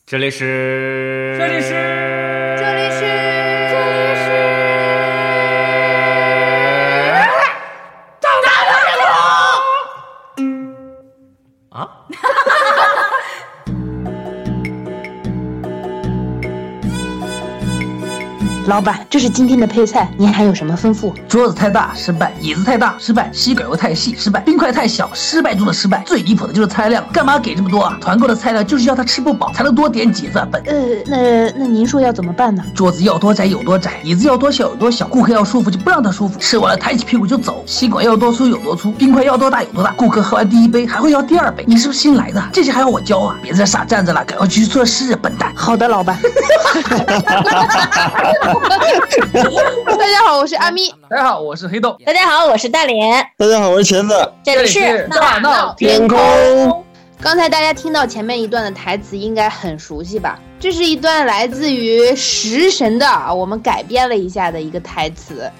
这里是啊！ 老板，这是今天的配菜，您还有什么吩咐？ 桌子太大失败，椅子太大失败，吸管油太细失败，冰块太小失败中的失败。最离谱的就是菜量，干嘛给这么多啊？团购的菜量就是要他吃不饱，才能多点几份本。 那您说要怎么办呢？ 桌子要多窄有多窄，椅子要多小有多小，顾客要舒服就不让他舒服，吃完了抬起屁股就走。吸管要多粗有多粗，冰块要多大有多大，顾客喝完第一杯还会要第二杯。你是不是新来的？这些还要我教啊？别再傻站着了，赶快去做事，笨蛋！ 好的，老板。大家好，我是阿咪。 大家好，我是黑豆。 大家好，我是大脸。 大家好，我是茄子。 这里是大闹天空。 刚才大家听到前面一段的台词应该很熟悉吧？这是一段来自于食神的我们改编了一下的一个台词。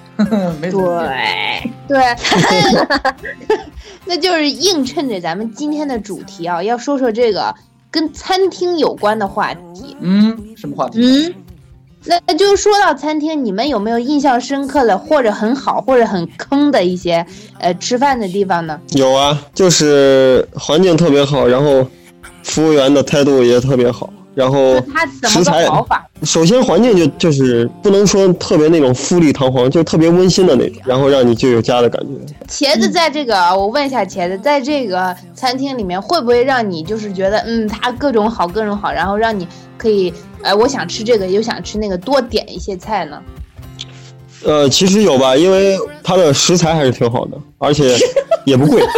对那就是映衬着咱们今天的主题啊，要说说这个跟餐厅有关的话题。 什么话题？ 那就说到餐厅，你们有没有印象深刻的，或者很好，或者很坑的一些吃饭的地方呢？ 有啊，就是环境特别好，然后服务员的态度也特别好，然后他怎么个好法？ 首先环境就是不能说特别那种富丽堂皇，就特别温馨的那种，然后让你就有家的感觉。 茄子在这个，我问一下茄子，在这个餐厅里面会不会让你就是觉得它各种好，然后让你可以我想吃这个又想吃那个，多点一些菜呢？ 其实有吧，因为它的食材还是挺好的，而且也不贵。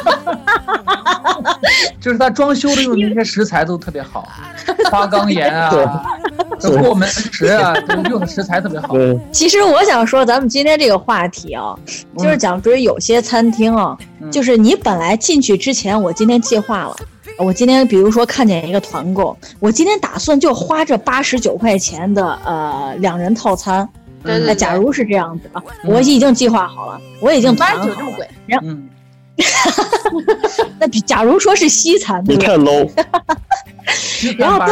就是他装修的用的那些食材都特别好，花岗岩啊，过门石啊，用的食材特别好。 其实我想说，咱们今天这个话题啊，就是讲说有些餐厅啊，就是你本来进去之前，我今天计划了。我今天比如说看见一个团购，我今天打算就花这89块钱的2人套餐。假如是这样子啊，我已经计划好了，我已经团好了。89这么贵？那假如说是西餐， 你太 low。 然后当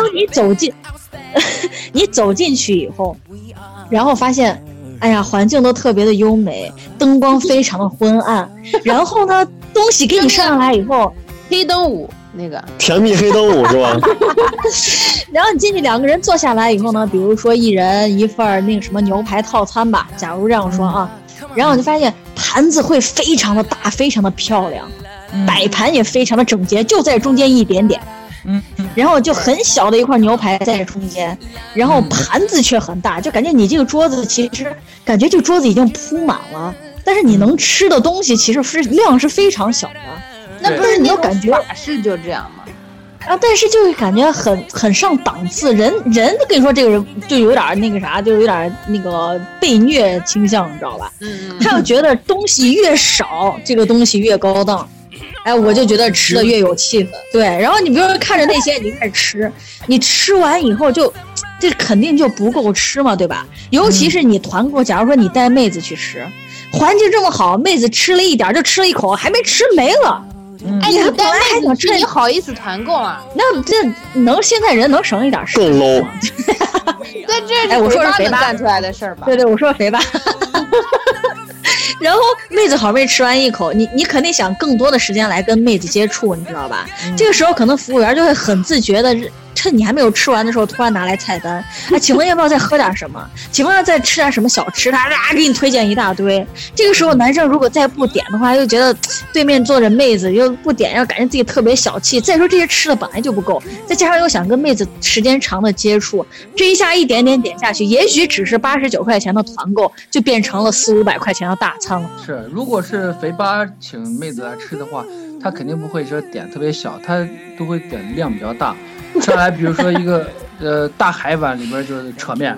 你走进去以后，然后发现，哎呀，环境都特别的优美，灯光非常的昏暗，然后呢，东西给你上来以后， 黑灯舞。那个甜蜜黑灯舞是吧？ 然后你进去2个人坐下来以后呢，比如说1人1份那个什么牛排套餐吧，假如这样说啊，然后你就发现盘子会非常的大，非常的漂亮，摆盘也非常的整洁，就在中间一点点，然后就很小的一块牛排在中间，然后盘子却很大，就感觉你这个桌子其实感觉这个桌子已经铺满了，但是你能吃的东西其实量是非常小的。 那不是你有感觉是就这样吗？ 但是就是感觉很上档次，人跟你说这个人就有点那个啥，就有点那个被虐倾向，你知道吧？他就觉得东西越少，这个东西越高档。我就觉得吃的越有气氛。对，然后你比如说看着那些你开始吃，你吃完以后这肯定就不够吃嘛，对吧？尤其是你团购，假如说你带妹子去吃，环境这么好，妹子吃了一点就吃了一口，还没吃没了。 你带妹子吃，你好意思团购啊？ 那这现在人能省一点事更 low。 在这我说是肥八干出来的事儿吧？ 对，我说肥八。然后妹子好不容易吃完一口，你肯定想更多的时间来跟妹子接触，你知道吧？这个时候可能服务员就会很自觉的趁你还没有吃完的时候，突然拿来菜单，请问要不要再喝点什么？请问要再吃点什么小吃？他给你推荐一大堆。这个时候男生如果再不点的话，又觉得对面坐着妹子又不点，又感觉自己特别小气。再说这些吃的本来就不够，再加上又想跟妹子时间长的接触，这一下一点点点下去，也许只是89块钱的团购，就变成了400-500块钱的大餐了。 是，如果是肥八请妹子来吃的话，他肯定不会说点特别小，他都会点量比较大。上来比如说一个大海碗里边就是扯面，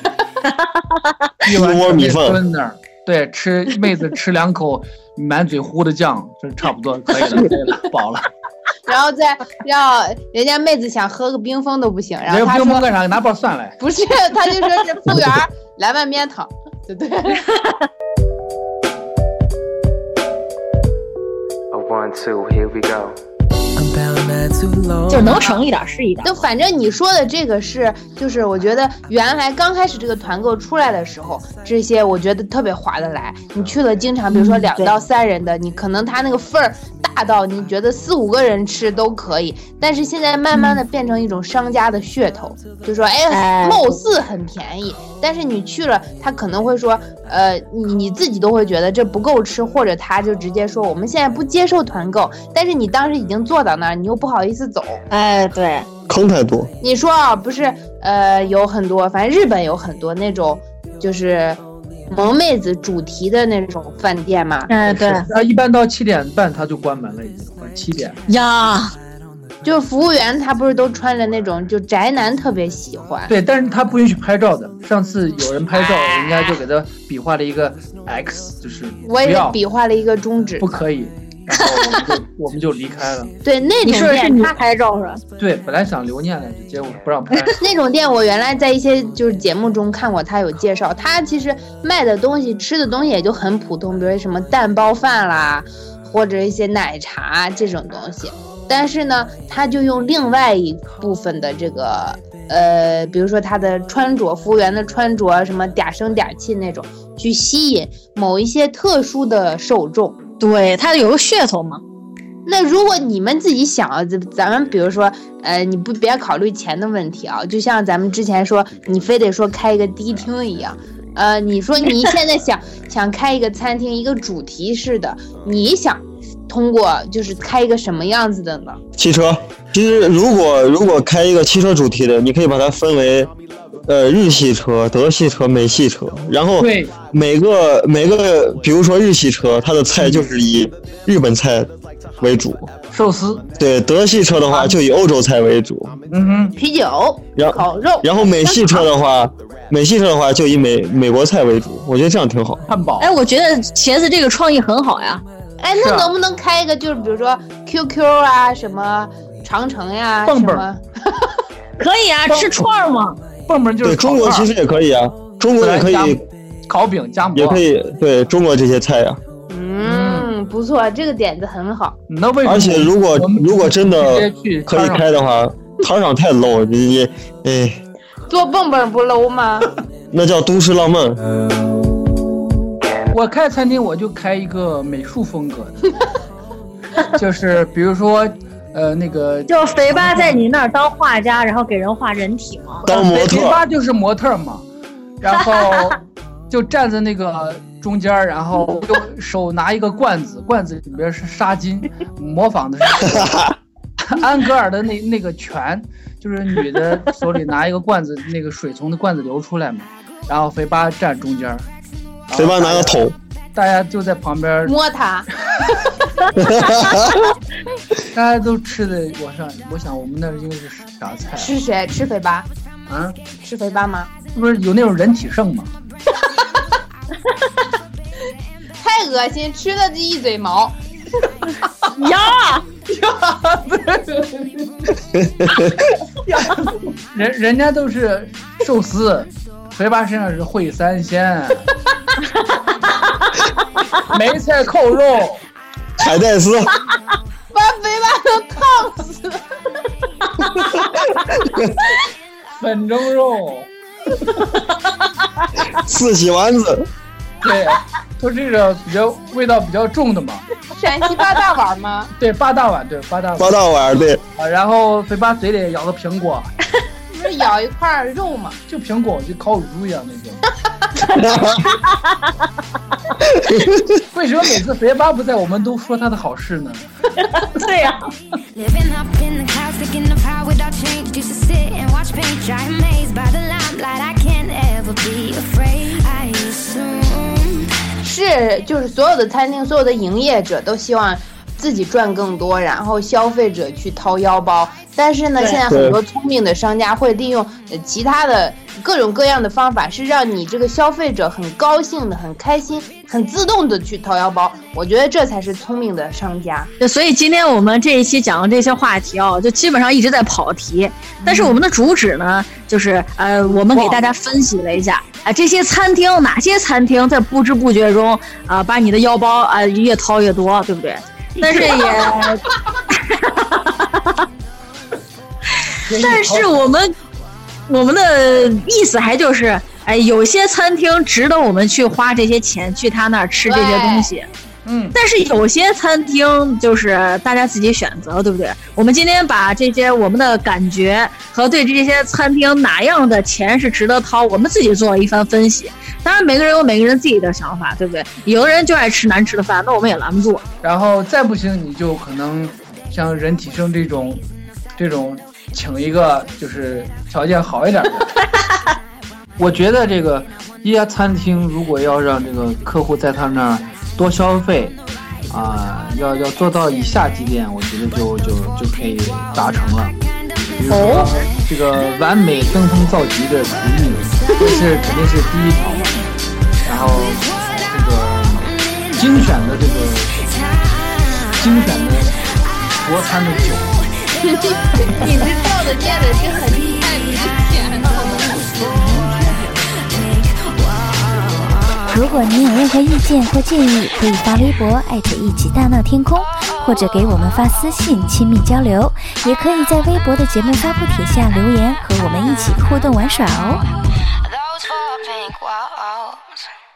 一碗米饭蹲那儿，对，妹子吃2口，满嘴糊的酱，这差不多可以了，饱了。 然后再让人家妹子想喝个冰峰都不行，然后他说冰峰干啥？拿包蒜来？ 不是，他就说是服务员来碗面汤，对不对 ？1, 2, here we go. I'm bound 就能省一点是一点。 就反正你说的这个是，就是我觉得原来刚开始这个团购出来的时候，这些我觉得特别划得来。你去了经常，比如说2到3人的，你可能他那个份儿大到你觉得4、5个人吃都可以。但是现在慢慢的变成一种商家的噱头，就说貌似很便宜，但是你去了，他可能会说，你自己都会觉得这不够吃，或者他就直接说我们现在不接受团购，但是你当时已经坐到那儿，你又不好意思走。 对， 坑太多。 你说啊，不是，有很多，反正日本有很多那种就是萌妹子主题的那种饭店嘛。 对， 他一般到7点半他就关门了，已经7点呀。 就服务员他不是都穿着那种，就宅男特别喜欢。 对，但是他不允许拍照的。上次有人拍照，人家就给他比划了一个 X， 就是我也比划了一个中指， 不可以。然后我们就离开了。 对，那种店是你拍照是吧？ 对，本来想留念来着，结果不让拍。 那种店我原来在一些就是节目中看过，他有介绍，他其实卖的东西、吃的东西也就很普通，比如什么蛋包饭啦，或者一些奶茶这种东西。但是呢，他就用另外一部分的这个比如说他的穿着，服务员的穿着，什么嗲声嗲气那种，去吸引某一些特殊的受众。 对，他有个噱头嘛。 那如果你们自己想啊，咱们比如说，你别考虑钱的问题啊，就像咱们之前说，你非得说开一个迪厅一样，你说你现在想开一个餐厅，一个主题式的，你想通过就是开一个什么样子的呢？ 汽车，其实如果开一个汽车主题的，你可以把它分为日系车、德系车、美系车，然后每个比如说日系车，它的菜就是以日本菜为主， 寿司。 对，德系车的话就以欧洲菜为主， 啤酒、烤肉。 然后美系车的话就以美国菜为主，我觉得这样挺好。 汉堡。 我觉得茄子这个创意很好呀。 那能不能开一个，就是比如说 QQ 啊，什么长城呀， 蹦蹦什么可以啊，吃串嘛。 蹦蹦就是对，中国其实也可以啊，中国也可以烤饼夹馍， 也可以对中国这些菜呀。 不错，这个点子很好。 那为什么？ 而且如果真的可以开的话，糖厂太 low， 你做蹦蹦不 low 吗？ 那叫都市浪漫。 我开餐厅我就开一个美术风格的，就是比如说那个就肥八在你那儿当画家，然后给人画人体嘛。 当模特。 肥八就是模特嘛，然后就站在那个中间，然后就手拿一个罐子，罐子里边是纱巾，模仿的是安格尔的那个拳，就是女的手里拿一个罐子，那个水从那罐子流出来嘛，然后肥八站中间。 肥八拿个桶， 大家就在旁边摸他， 大家都吃的。我想我们那应该是啥菜？ 吃谁？吃肥八啊？ 吃肥八吗？ 不是有那种人体盛吗？ 太恶心，吃的一嘴毛。 呀！ 人家都是寿司。肥八身上是烩三鲜，梅菜扣肉， 海带丝， 把肥八都烫死。 粉蒸肉， 四喜丸子， 对，都这个味道比较重的嘛。 陕西八大碗吗？ 对，八大碗，对八大碗，对。 然后肥八嘴里咬个苹果。 不是咬一块肉吗？ 就苹果，就烤乳猪一样那种。为什么每次肥八不在，我们都说他的好事呢？ 对呀。 是，就是所有的餐厅，所有的营业者都希望自己赚更多，然后消费者去掏腰包。但是呢，现在很多聪明的商家会利用其他的各种各样的方法，是让你这个消费者很高兴的、很开心、很自动的去掏腰包。我觉得这才是聪明的商家。 所以今天我们这一期讲的这些话题啊，就基本上一直在跑题。但是我们的主旨呢，就是我们给大家分析了一下这些餐厅，哪些餐厅在不知不觉中把你的腰包越掏越多，对不对？但是也但是我们的意思还就是，哎，有些餐厅值得我们去花这些钱去他那儿吃这些东西。但是有些餐厅就是大家自己选择，对不对？我们今天把这些我们的感觉和对这些餐厅哪样的钱是值得掏，我们自己做了一番分析。当然每个人有每个人自己的想法，对不对？有的人就爱吃难吃的饭，那我们也拦不住。 然后再不行你就可能像人体生这种请一个就是条件好一点的。我觉得这个一家餐厅如果要让这个客户在他那儿多消费要做到以下几点，我觉得就可以达成了。比如说这个完美登峰造极的厨艺，这是肯定是第一条嘛。然后这个精选的国餐的酒。 你这照的念的是很太明显了。 如果您有任何意见或建议，可以发微博一起大闹天空，或者给我们发私信亲密交流，也可以在微博的节目发布帖下留言，和我们一起互动玩耍哦。